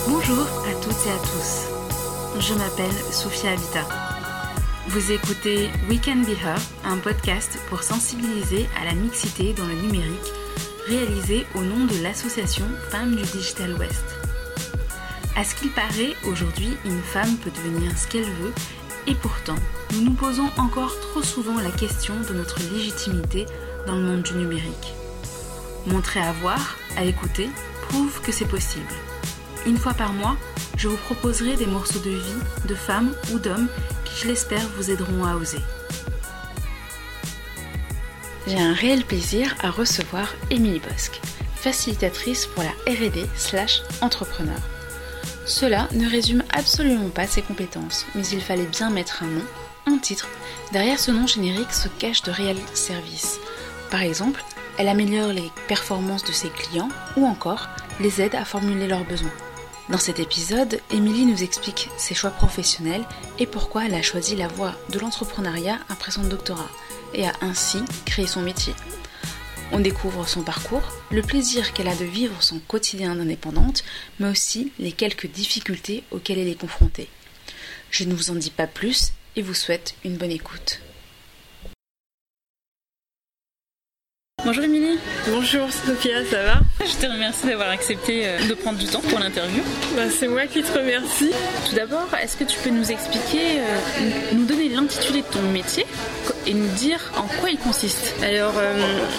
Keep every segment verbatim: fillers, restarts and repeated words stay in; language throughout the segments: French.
Bonjour à toutes et à tous. Je m'appelle Sophia Avita. Vous écoutez We Can Be Her, un podcast pour sensibiliser à la mixité dans le numérique, réalisé au nom de l'association Femmes du Digital West. À ce qu'il paraît, aujourd'hui, une femme peut devenir ce qu'elle veut, et pourtant, nous nous posons encore trop souvent la question de notre légitimité dans le monde du numérique. Montrer à voir, à écouter, prouve que c'est possible. Une fois par mois, je vous proposerai des morceaux de vie, de femmes ou d'hommes qui, je l'espère, vous aideront à oser. J'ai un réel plaisir à recevoir Émilie Bosc, facilitatrice pour la R et D slash entrepreneur. Cela ne résume absolument pas ses compétences, mais il fallait bien mettre un nom, un titre. Derrière ce nom générique se cachent de réels services. Par exemple, elle améliore les performances de ses clients ou encore les aide à formuler leurs besoins. Dans cet épisode, Émilie nous explique ses choix professionnels et pourquoi elle a choisi la voie de l'entrepreneuriat après son doctorat et a ainsi créé son métier. On découvre son parcours, le plaisir qu'elle a de vivre son quotidien d'indépendante, mais aussi les quelques difficultés auxquelles elle est confrontée. Je ne vous en dis pas plus et vous souhaite une bonne écoute. Bonjour Émilie. Bonjour Sophia, ça va? Je te remercie d'avoir accepté de prendre du temps pour l'interview. Bah, c'est moi qui te remercie. Tout d'abord, est-ce que tu peux nous expliquer, euh, nous donner l'intitulé de ton métier et nous dire en quoi il consiste? Alors, euh,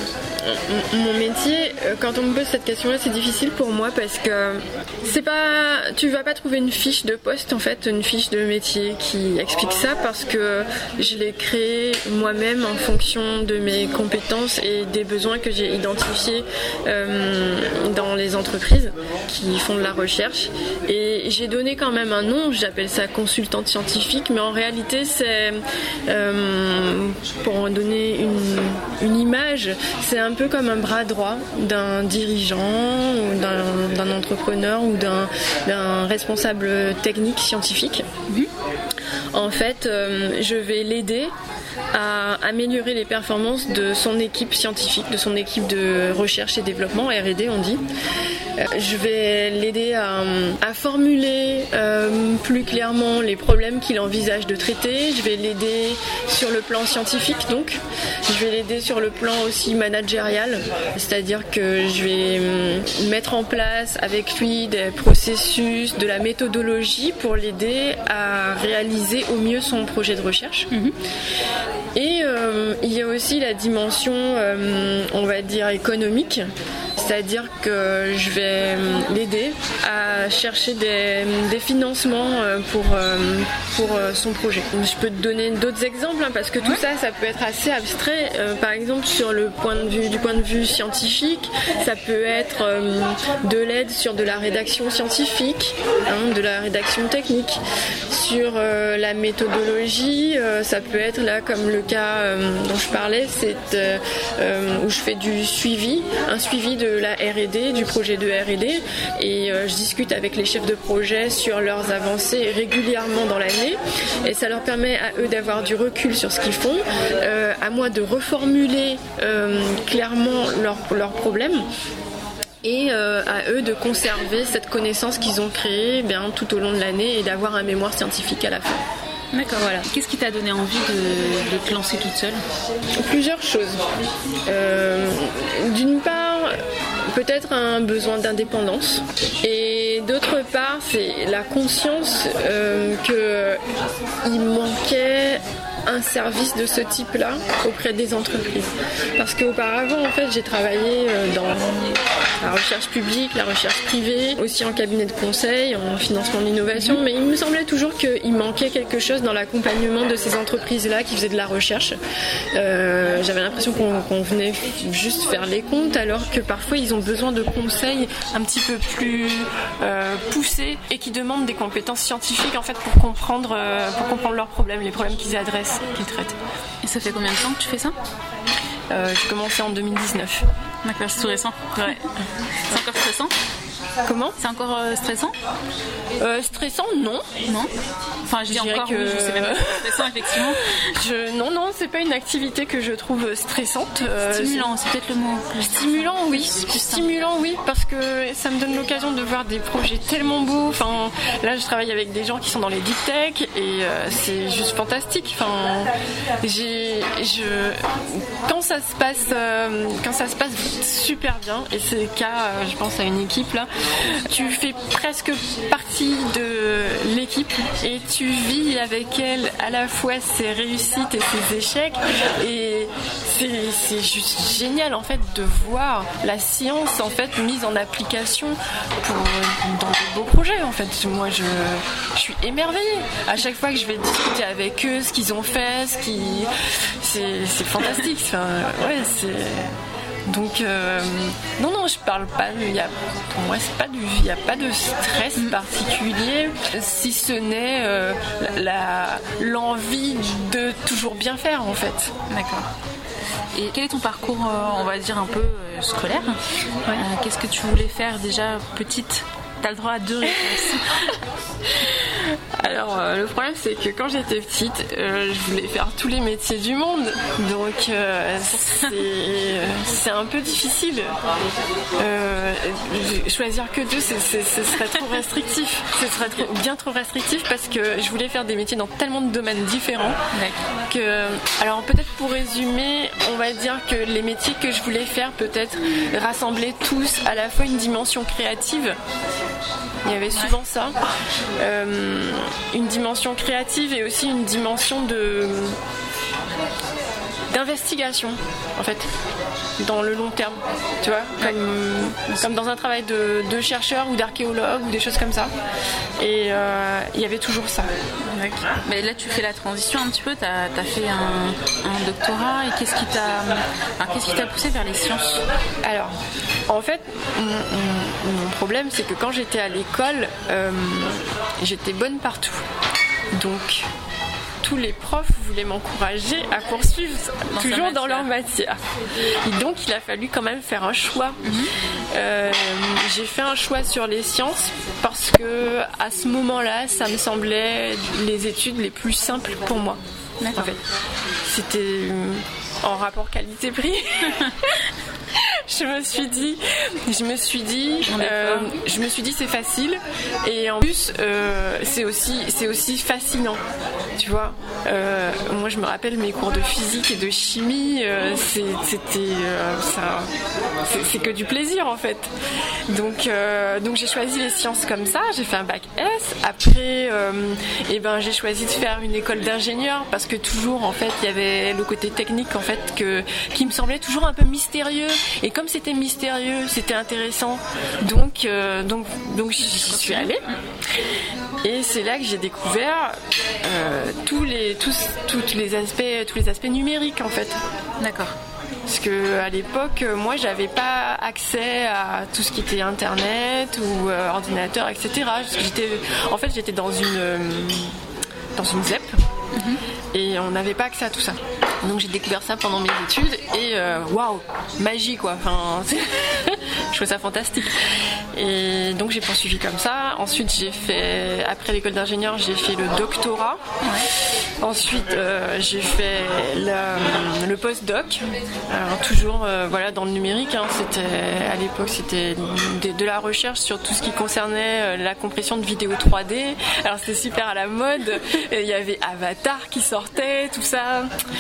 mon métier, quand on me pose cette question-là, c'est difficile pour moi parce que c'est pas, tu vas pas trouver une fiche de poste en fait, une fiche de métier qui explique ça parce que je l'ai créé moi-même en fonction de mes compétences et des besoins que j'ai identifiés euh, dans les entreprises qui font de la recherche. Et j'ai donné quand même un nom, j'appelle ça consultante scientifique, mais en réalité c'est, euh, pour en donner une, une image, c'est un peu comme un bras droit d'un dirigeant ou d'un, d'un entrepreneur ou d'un, d'un responsable technique scientifique. Mmh. En fait, euh, je vais l'aider à améliorer les performances de son équipe scientifique, de son équipe de recherche et développement, R et D on dit. Euh, je vais l'aider à, à formuler euh, plus clairement les problèmes qu'il envisage de traiter. Je vais l'aider sur le plan scientifique, donc. Je vais l'aider sur le plan aussi managérial, c'est-à-dire que je vais euh, mettre en place avec lui des processus, de la méthodologie pour l'aider à réaliser au mieux son projet de recherche. Mmh. Et euh, il y a aussi la dimension, euh, on va dire, économique. C'est-à-dire que je vais l'aider à chercher des, des financements pour, pour son projet. Je peux te donner d'autres exemples hein, parce que tout ouais. ça, ça peut être assez abstrait. Euh, par exemple, sur le point de vue, du point de vue scientifique, ça peut être euh, de l'aide sur de la rédaction scientifique, hein, de la rédaction technique. Sur euh, la méthodologie, euh, ça peut être là comme le cas euh, dont je parlais, c'est euh, euh, où je fais du suivi, un suivi de la R et D, du projet de R et D et euh, je discute avec les chefs de projet sur leurs avancées régulièrement dans l'année et ça leur permet à eux d'avoir du recul sur ce qu'ils font, euh, à moi de reformuler euh, clairement leurs leurs problèmes et euh, à eux de conserver cette connaissance qu'ils ont créée bien, tout au long de l'année et d'avoir un mémoire scientifique à la fin. D'accord, voilà. Qu'est-ce qui t'a donné envie de, de te lancer toute seule? Plusieurs choses. Euh, d'une part, peut-être un besoin d'indépendance et d'autre part, c'est la conscience euh, qu'il manquait un service de ce type-là auprès des entreprises. Parce qu'auparavant, en fait, j'ai travaillé dans la recherche publique, la recherche privée, aussi en cabinet de conseil, en financement de l'innovation, mais il me semblait toujours qu'il manquait quelque chose dans l'accompagnement de ces entreprises-là qui faisaient de la recherche. Euh, j'avais l'impression qu'on, qu'on venait juste faire les comptes, alors que parfois ils ont besoin de conseils un petit peu plus euh, poussés et qui demandent des compétences scientifiques en fait pour comprendre, euh, pour comprendre leurs problèmes, les problèmes qu'ils adressent, qu'ils traitent. Et ça fait combien de temps que tu fais ça? euh, J'ai commencé en deux mille dix-neuf. D'accord, c'est tout récent. Ouais. C'est encore stressant? Comment ? C'est encore euh, stressant ? euh, Stressant, non. Non. Enfin, je, je dis encore, que... oui, je sais même pas. Stressant, effectivement. Je... Non, non, c'est pas une activité que je trouve stressante. Euh, Stimulant, c'est... c'est peut-être le mot. Stimulant, oui. Stimulant, oui, parce que ça me donne l'occasion de voir des projets tellement beaux. Enfin, là, je travaille avec des gens qui sont dans les deep tech et euh, c'est juste fantastique. Enfin, j'ai, je, quand ça se passe, euh, quand ça se passe super bien, et c'est le cas, euh, je pense à une équipe là, tu fais presque partie de l'équipe et tu vis avec elle à la fois ses réussites et ses échecs, et c'est, c'est juste génial en fait de voir la science en fait mise en application pour, dans de beaux projets en fait. Moi je, je suis émerveillée à chaque fois que je vais discuter avec eux ce qu'ils ont fait, ce qui c'est, c'est fantastique. Enfin, ouais, c'est donc euh, non non je parle pas. Il y a pour moi c'est pas du il y a pas de stress particulier, si ce n'est euh, la l'envie de toujours bien faire en fait. D'accord. Et quel est ton parcours, euh, on va dire, un peu euh, scolaire ? Ouais. euh, Qu'est-ce que tu voulais faire déjà petite ? T'as le droit à deux réponses. Alors, euh, le problème, c'est que quand j'étais petite, euh, je voulais faire tous les métiers du monde. Donc, euh, c'est, euh, c'est un peu difficile. Euh, choisir que deux, c'est, c'est, ce serait trop restrictif. Ce serait trop, bien trop restrictif parce que je voulais faire des métiers dans tellement de domaines différents. Que, alors, peut-être pour résumer, on va dire que les métiers que je voulais faire, peut-être rassembler tous à la fois une dimension créative. Il y avait souvent ça, euh, une dimension créative et aussi une dimension de d'investigation en fait, dans le long terme, tu vois, comme, ouais. comme dans un travail de, de chercheur ou d'archéologue ou des choses comme ça. Et euh, il y avait toujours ça. D'accord. Mais là, tu fais la transition un petit peu. Tu as fait un, un doctorat et qu'est-ce qui t'a, alors, qu'est-ce qui t'a poussé vers les sciences ? Alors, en fait, mon, mon, mon problème, c'est que quand j'étais à l'école, euh, j'étais bonne partout. Donc, tous les profs voulaient m'encourager à poursuivre dans toujours dans leur matière. Et donc, il a fallu quand même faire un choix. Mm-hmm. Euh, j'ai fait un choix sur les sciences parce que à ce moment-là, ça me semblait les études les plus simples pour moi. D'accord. En fait, c'était en rapport qualité-prix. Je me suis dit, je me suis dit, euh, je me suis dit c'est facile et en plus euh, c'est aussi, c'est aussi fascinant, tu vois. Euh, moi je me rappelle mes cours de physique et de chimie, euh, c'est, c'était, euh, ça, c'est, c'est que du plaisir en fait. Donc, euh, donc j'ai choisi les sciences comme ça. J'ai fait un bac S. Après, euh, et ben j'ai choisi de faire une école d'ingénieur parce que toujours en fait il y avait le côté technique en fait que qui me semblait toujours un peu mystérieux. Et comme c'était mystérieux, c'était intéressant, donc, euh, donc, donc j'y suis allée. Et c'est là que j'ai découvert euh, tous les, tous, tous les aspects, tous les aspects numériques en fait. D'accord. Parce que à l'époque, moi, j'avais pas accès à tout ce qui était internet ou euh, ordinateur, et cetera. J'étais, en fait, j'étais dans une, euh, dans une Z E P. Mm-hmm. Et on n'avait pas accès à tout ça. Donc j'ai découvert ça pendant mes études et waouh, wow, magie quoi. Enfin, je trouve ça fantastique. Et donc j'ai poursuivi comme ça. Ensuite j'ai fait, après l'école d'ingénieur, j'ai fait le doctorat. Ouais. Ensuite euh, j'ai fait la, le post-doc. Alors toujours euh, voilà dans le numérique. Hein, c'était à l'époque c'était de, de la recherche sur tout ce qui concernait la compression de vidéos trois D. Alors c'était super à la mode. Il y avait Avatar qui sortait, tout ça.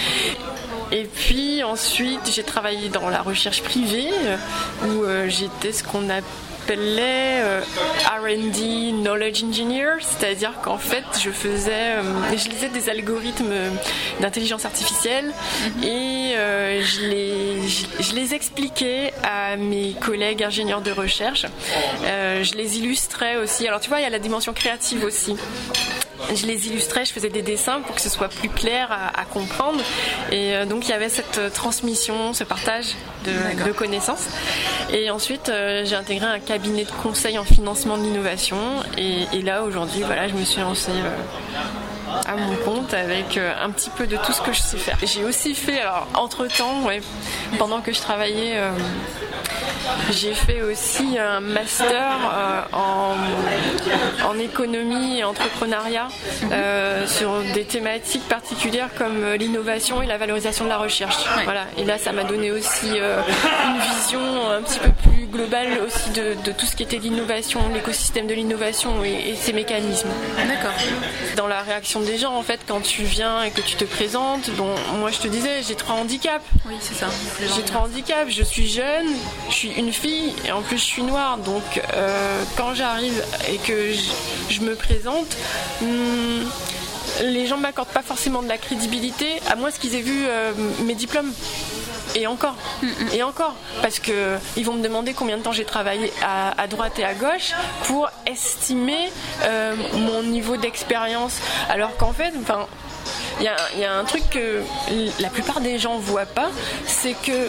Et puis ensuite j'ai travaillé dans la recherche privée où euh, j'étais ce qu'on appelait euh, R and D Knowledge Engineer, c'est-à-dire qu'en fait je faisais, euh, je lisais des algorithmes d'intelligence artificielle mm-hmm. et euh, je, les, je, je les expliquais à mes collègues ingénieurs de recherche, euh, je les illustrais aussi. Alors tu vois, il y a la dimension créative aussi. Je les illustrais, je faisais des dessins pour que ce soit plus clair à, à comprendre. Et euh, donc il y avait cette transmission, ce partage de, de connaissances. Et ensuite euh, j'ai intégré un cabinet de conseil en financement de l'innovation. Et, et là aujourd'hui, voilà, je me suis lancée euh, à mon compte avec euh, un petit peu de tout ce que je sais faire. J'ai aussi fait, alors entre temps, ouais, pendant que je travaillais. Euh, j'ai fait aussi un master euh, en, en économie et entrepreneuriat euh, sur des thématiques particulières comme l'innovation et la valorisation de la recherche. Ouais. Voilà. Et là, ça m'a donné aussi euh, une vision un petit peu plus globale aussi de, de tout ce qui était l'innovation, l'écosystème de l'innovation et, et ses mécanismes. D'accord. Dans la réaction des gens, en fait, quand tu viens et que tu te présentes, bon, moi je te disais, j'ai trois handicaps. Oui, c'est ça. J'ai trois handicaps. Je suis jeune, je suis une fille et en plus je suis noire. Donc euh, quand j'arrive et que je, je me présente, hum, les gens ne m'accordent pas forcément de la crédibilité, à moins qu'ils aient vu euh, mes diplômes. Et encore, et encore, parce que ils vont me demander combien de temps j'ai travaillé à, à droite et à gauche pour estimer euh, mon niveau d'expérience. Alors qu'en fait, enfin, il y, y a un truc que la plupart des gens voient pas, c'est que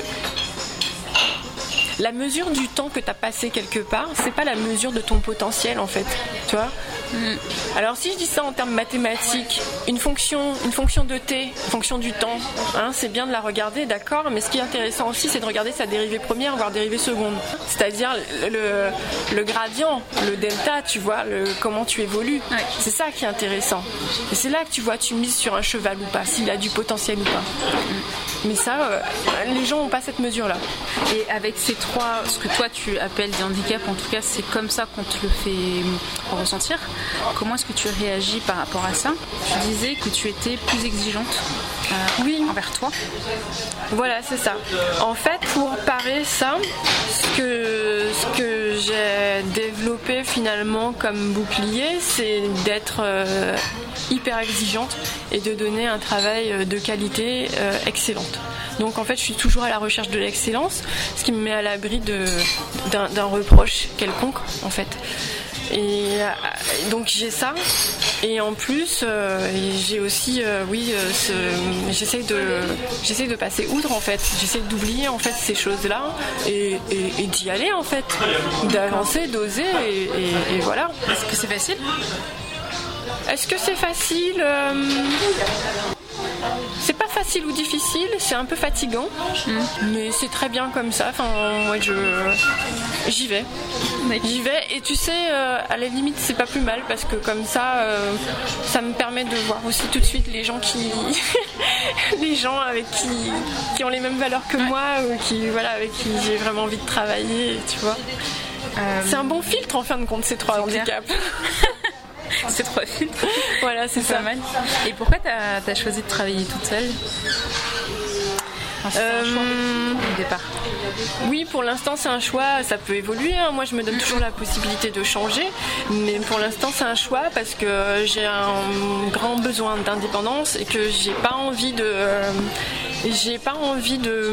la mesure du temps que tu as passé quelque part, c'est pas la mesure de ton potentiel en fait, tu vois. Mm. Alors si je dis ça en termes mathématiques, une fonction, une fonction de t, fonction du temps, hein, c'est bien de la regarder, d'accord, mais ce qui est intéressant aussi, c'est de regarder sa dérivée première, voire dérivée seconde. C'est-à-dire le, le gradient, le delta, tu vois, le, comment tu évolues. Ouais. C'est ça qui est intéressant. Et c'est là que tu vois, tu mises sur un cheval ou pas, s'il a du potentiel ou pas. Mm. Mais ça, euh, les gens n'ont pas cette mesure-là. Et avec ces trois, ce que toi tu appelles des handicaps, en tout cas c'est comme ça qu'on te le fait ressentir. Comment est-ce que tu réagis par rapport à ça? Tu disais que tu étais plus exigeante euh, oui. envers toi. Voilà, c'est ça. En fait, pour parer ça, ce que, ce que j'ai développé finalement comme bouclier, c'est d'être euh, hyper exigeante et de donner un travail de qualité euh, excellente. Donc en fait, je suis toujours à la recherche de l'excellence, ce qui me met à l'abri de, d'un, d'un reproche quelconque, en fait. Et euh, donc j'ai ça, et en plus euh, j'ai aussi, euh, oui, euh, ce, j'essaie de, j'essaie de passer outre en fait, j'essaie d'oublier en fait ces choses-là et, et, et d'y aller en fait, d'avancer, d'oser et, et, et voilà. Est-ce que c'est facile ? Est-ce que c'est facile euh... C'est pas facile ou difficile, c'est un peu fatigant, mmh. mais c'est très bien comme ça. Enfin, moi, je j'y vais, j'y vais. Et tu sais, euh, à la limite, c'est pas plus mal parce que comme ça, euh, ça me permet de voir aussi tout de suite les gens qui, les gens avec qui, qui ont les mêmes valeurs que ouais. moi ou qui, voilà, avec qui j'ai vraiment envie de travailler. Tu vois, euh... c'est un bon filtre en fin de compte ces trois handicaps. C'est trois filtres. Voilà, c'est, c'est ça. Pas mal. Et pourquoi t'as, t'as choisi de travailler toute seule ? Enfin, c'était euh, un choix au départ. Oui, pour l'instant c'est un choix, ça peut évoluer, hein. Moi je me donne toujours la possibilité de changer, mais pour l'instant c'est un choix parce que j'ai un grand besoin d'indépendance et que j'ai pas envie de... Euh, j'ai pas envie de,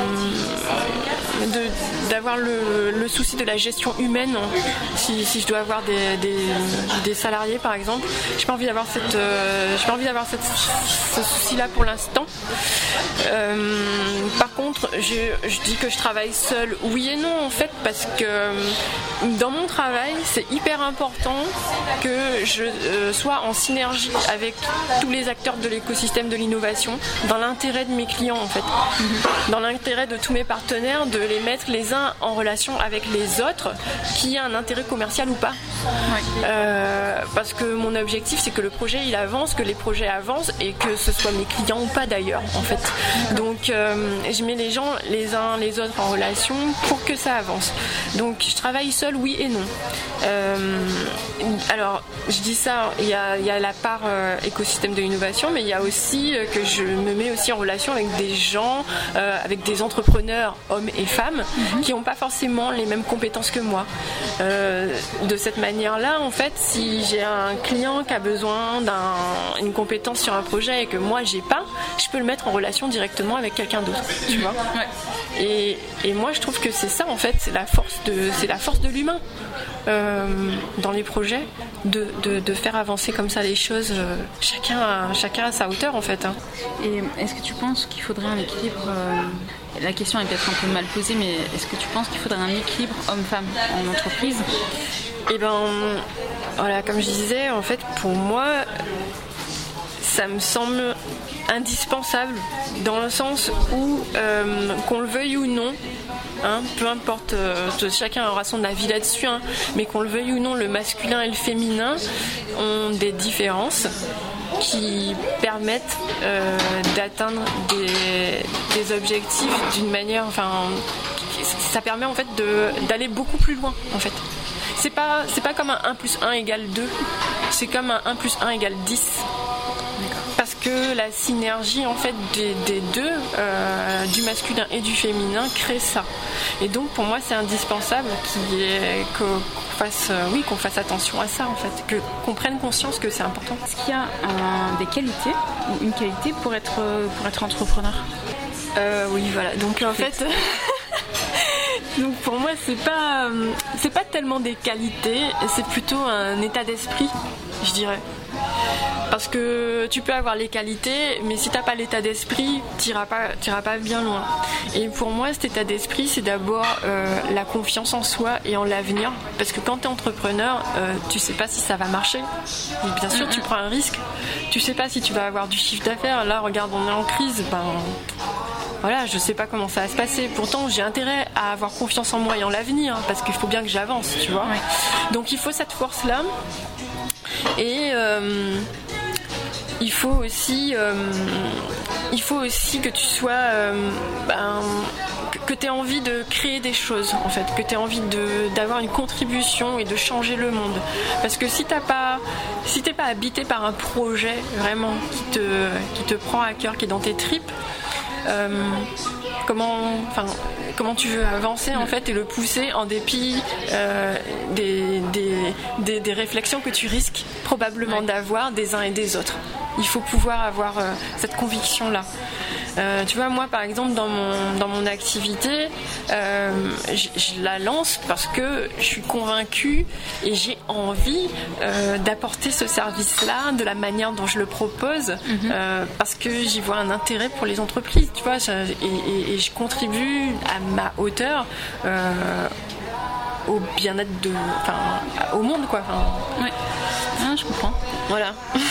de d'avoir le, le souci de la gestion humaine si, si je dois avoir des, des, des salariés par exemple. J'ai pas envie d'avoir cette euh, j'ai pas envie d'avoir cette, ce souci là pour l'instant. Euh, par contre, je, je dis que je travaille seule, oui et non en fait, parce que dans mon travail c'est hyper important que je euh, sois en synergie avec tous les acteurs de l'écosystème de l'innovation dans l'intérêt de mes clients en fait, dans l'intérêt de tous mes partenaires, de les mettre les uns en relation avec les autres, qu'il y ait un intérêt commercial ou pas. Ouais. Euh, parce que mon objectif c'est que le projet il avance, que les projets avancent et que ce soit mes clients ou pas d'ailleurs en fait. Donc euh, je mets les gens les uns les autres en relation pour que ça avance. Donc je travaille seule, oui et non. Euh, alors je dis ça, il y a, il y a la part euh, écosystème de l'innovation, mais il y a aussi euh, que je me mets aussi en relation avec des gens, euh, avec des entrepreneurs, hommes et femmes, mm-hmm. qui n'ont pas forcément les mêmes compétences que moi. Euh, de cette manière-là, en fait, si j'ai un client qui a besoin d'une compétence sur un projet et que moi j'ai pas, je peux le mettre en relation directement avec quelqu'un d'autre, tu vois. Ouais. Et, et moi, je trouve que c'est ça, en fait, c'est la force de, c'est la force de l'humain euh, dans les projets, de, de, de faire avancer comme ça les choses, euh, chacun, à, chacun à sa hauteur, en fait. Hein. Et est-ce que tu penses qu'il faudrait un équilibre euh, la question est peut-être un peu mal posée, mais est-ce que tu penses qu'il faudrait un équilibre homme-femme en entreprise ? Eh ben, voilà, comme je disais, en fait, pour moi, ça me semble indispensable dans le sens où, euh, qu'on le veuille ou non, hein, peu importe, euh, chacun aura son avis là-dessus, hein, mais qu'on le veuille ou non, le masculin et le féminin ont des différences qui permettent euh, d'atteindre des, des objectifs d'une manière, enfin, ça permet en fait de, d'aller beaucoup plus loin en fait. C'est pas, c'est pas comme un un plus un égale deux, c'est comme un un plus un égale dix. Parce que la synergie en fait des, des deux, euh, du masculin et du féminin, crée ça. Et donc pour moi c'est indispensable qu'il y ait, qu'on fasse, euh, oui, qu'on fasse attention à ça en fait, que, qu'on prenne conscience que c'est important. Est-ce qu'il y a un, des qualités ou une qualité pour être, pour être entrepreneur ? euh, Oui, voilà. Donc en fait. Donc pour moi c'est pas c'est pas tellement des qualités, c'est plutôt un état d'esprit, je dirais. Parce que tu peux avoir les qualités, mais si t'as pas l'état d'esprit, t'iras pas, t'iras pas bien loin. Et pour moi, cet état d'esprit, c'est d'abord euh, la confiance en soi et en l'avenir. Parce que quand t'es entrepreneur, euh, tu sais pas si ça va marcher. Et bien sûr, tu prends un risque. Tu sais pas si tu vas avoir du chiffre d'affaires. Là, regarde, on est en crise. Ben, voilà, je sais pas comment ça va se passer. Pourtant, j'ai intérêt à avoir confiance en moi et en l'avenir, parce qu'il faut bien que j'avance, tu vois. Ouais. Donc, il faut cette force-là. Et euh, il faut aussi, euh, il faut aussi que tu sois, euh, ben, que, que tu aies envie de créer des choses en fait, que tu aies envie de, d'avoir une contribution et de changer le monde. Parce que si t'as pas, si t'es pas habité par un projet vraiment qui te, qui te prend à cœur, qui est dans tes tripes, euh, comment, enfin, comment tu veux avancer en fait et le pousser en dépit euh, des, des, des, des réflexions que tu risques probablement ouais. d'avoir des uns et des autres. Il faut pouvoir avoir euh, cette conviction-là. Euh, tu vois, moi par exemple dans mon, dans mon activité, euh, je, je la lance parce que je suis convaincue et j'ai envie euh, d'apporter ce service-là de la manière dont je le propose, mm-hmm. euh, parce que j'y vois un intérêt pour les entreprises, tu vois, je, et, et, et je contribue à ma hauteur euh, au bien-être de, enfin, au monde quoi. Enfin, ouais. Ah, je comprends. Voilà.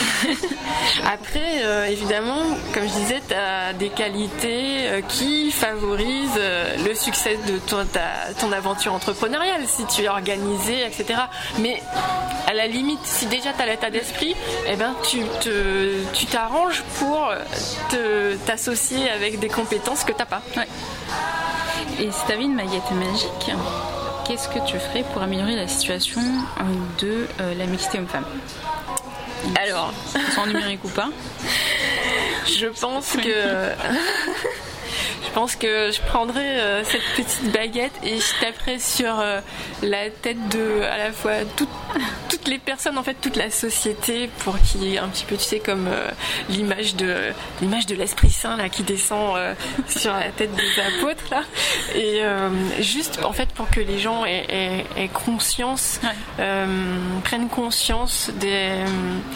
Après, euh, évidemment, comme je disais, tu as des qualités euh, qui favorisent euh, le succès de ton, ta, ton aventure entrepreneuriale, si tu es organisé, et cetera. Mais à la limite, si déjà tu as l'état d'esprit, eh ben, tu, te, tu t'arranges pour te, t'associer avec des compétences que tu n'as pas. Ouais. Et si tu avais une baguette magique, qu'est-ce que tu ferais pour améliorer la situation de euh, la mixité homme-femme ? Alors, sans numérique ou pas ? Je pense que je pense que je prendrais euh, cette petite baguette et je taperais sur euh, la tête de à la fois tout, toutes les personnes, en fait toute la société, pour qu'il y ait un petit peu, tu sais, comme euh, l'image de l'image de l'Esprit Saint là qui descend euh, sur la tête des apôtres là, et euh, juste en fait pour que les gens aient, aient, aient conscience, ouais. euh, prennent conscience des euh,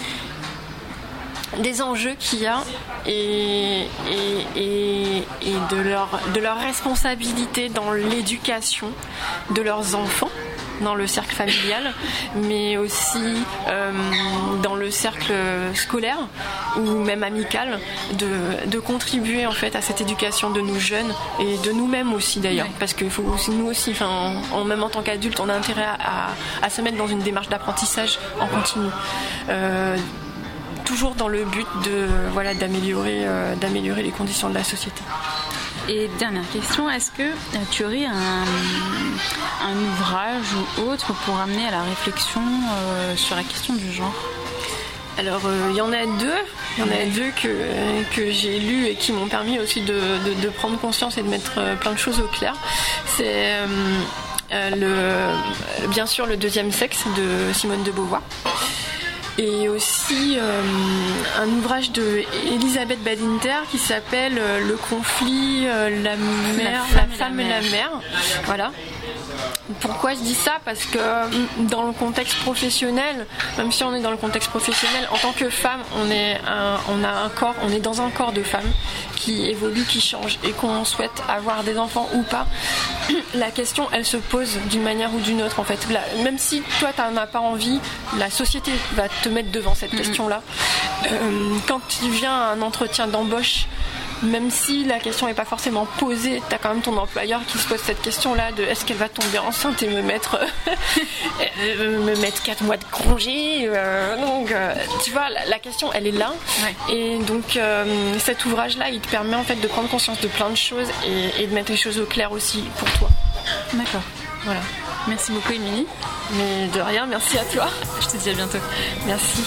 des enjeux qu'il y a et, et, et, et de, leur, de leur responsabilité dans l'éducation de leurs enfants, dans le cercle familial, mais aussi euh, dans le cercle scolaire ou même amical, de, de contribuer en fait à cette éducation de nos jeunes et de nous-mêmes aussi d'ailleurs, oui. Parce que faut aussi, nous aussi, enfin, en, même en tant qu'adultes, on a intérêt à, à, à se mettre dans une démarche d'apprentissage en continu. Euh, toujours dans le but de, voilà, d'améliorer, euh, d'améliorer les conditions de la société. Et dernière question, est-ce que tu aurais un, un ouvrage ou autre pour amener à la réflexion euh, sur la question du genre ? Alors, il euh, y en a deux. Il y en a deux que, que j'ai lus et qui m'ont permis aussi de, de, de prendre conscience et de mettre euh, plein de choses au clair. C'est euh, euh, le, bien sûr Le Deuxième Sexe de Simone de Beauvoir. Et aussi euh, un ouvrage de Elisabeth Badinter qui s'appelle euh, Le conflit, euh, la mère, la femme, la femme et, la, et la mère. Voilà. Pourquoi je dis ça ? Parce que dans le contexte professionnel, même si on est dans le contexte professionnel, en tant que femme, on est un, on a un corps, on est dans un corps de femme qui évolue, qui change, et qu'on souhaite avoir des enfants ou pas. La question, elle se pose d'une manière ou d'une autre en fait. La, même si toi t'en as pas envie, la société va te mettre devant cette mm-hmm. question-là. Euh, quand il vient à un entretien d'embauche, même si la question n'est pas forcément posée, tu as quand même ton employeur qui se pose cette question-là de est-ce qu'elle va tomber enceinte et me mettre me mettre quatre mois de congé. Euh, donc, euh, tu vois, la, la question, elle est là. Ouais. Et donc, euh, cet ouvrage-là, il te permet en fait de prendre conscience de plein de choses et, et de mettre les choses au clair aussi pour toi. D'accord. Voilà. Merci beaucoup, Émilie. Mais de rien, merci à toi. Je te dis à bientôt. Merci.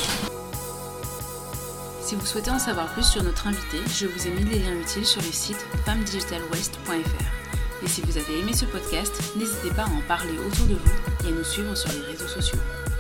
Si vous souhaitez en savoir plus sur notre invité, je vous ai mis les liens utiles sur le site femmes digital west point f r. Et si vous avez aimé ce podcast, n'hésitez pas à en parler autour de vous et à nous suivre sur les réseaux sociaux.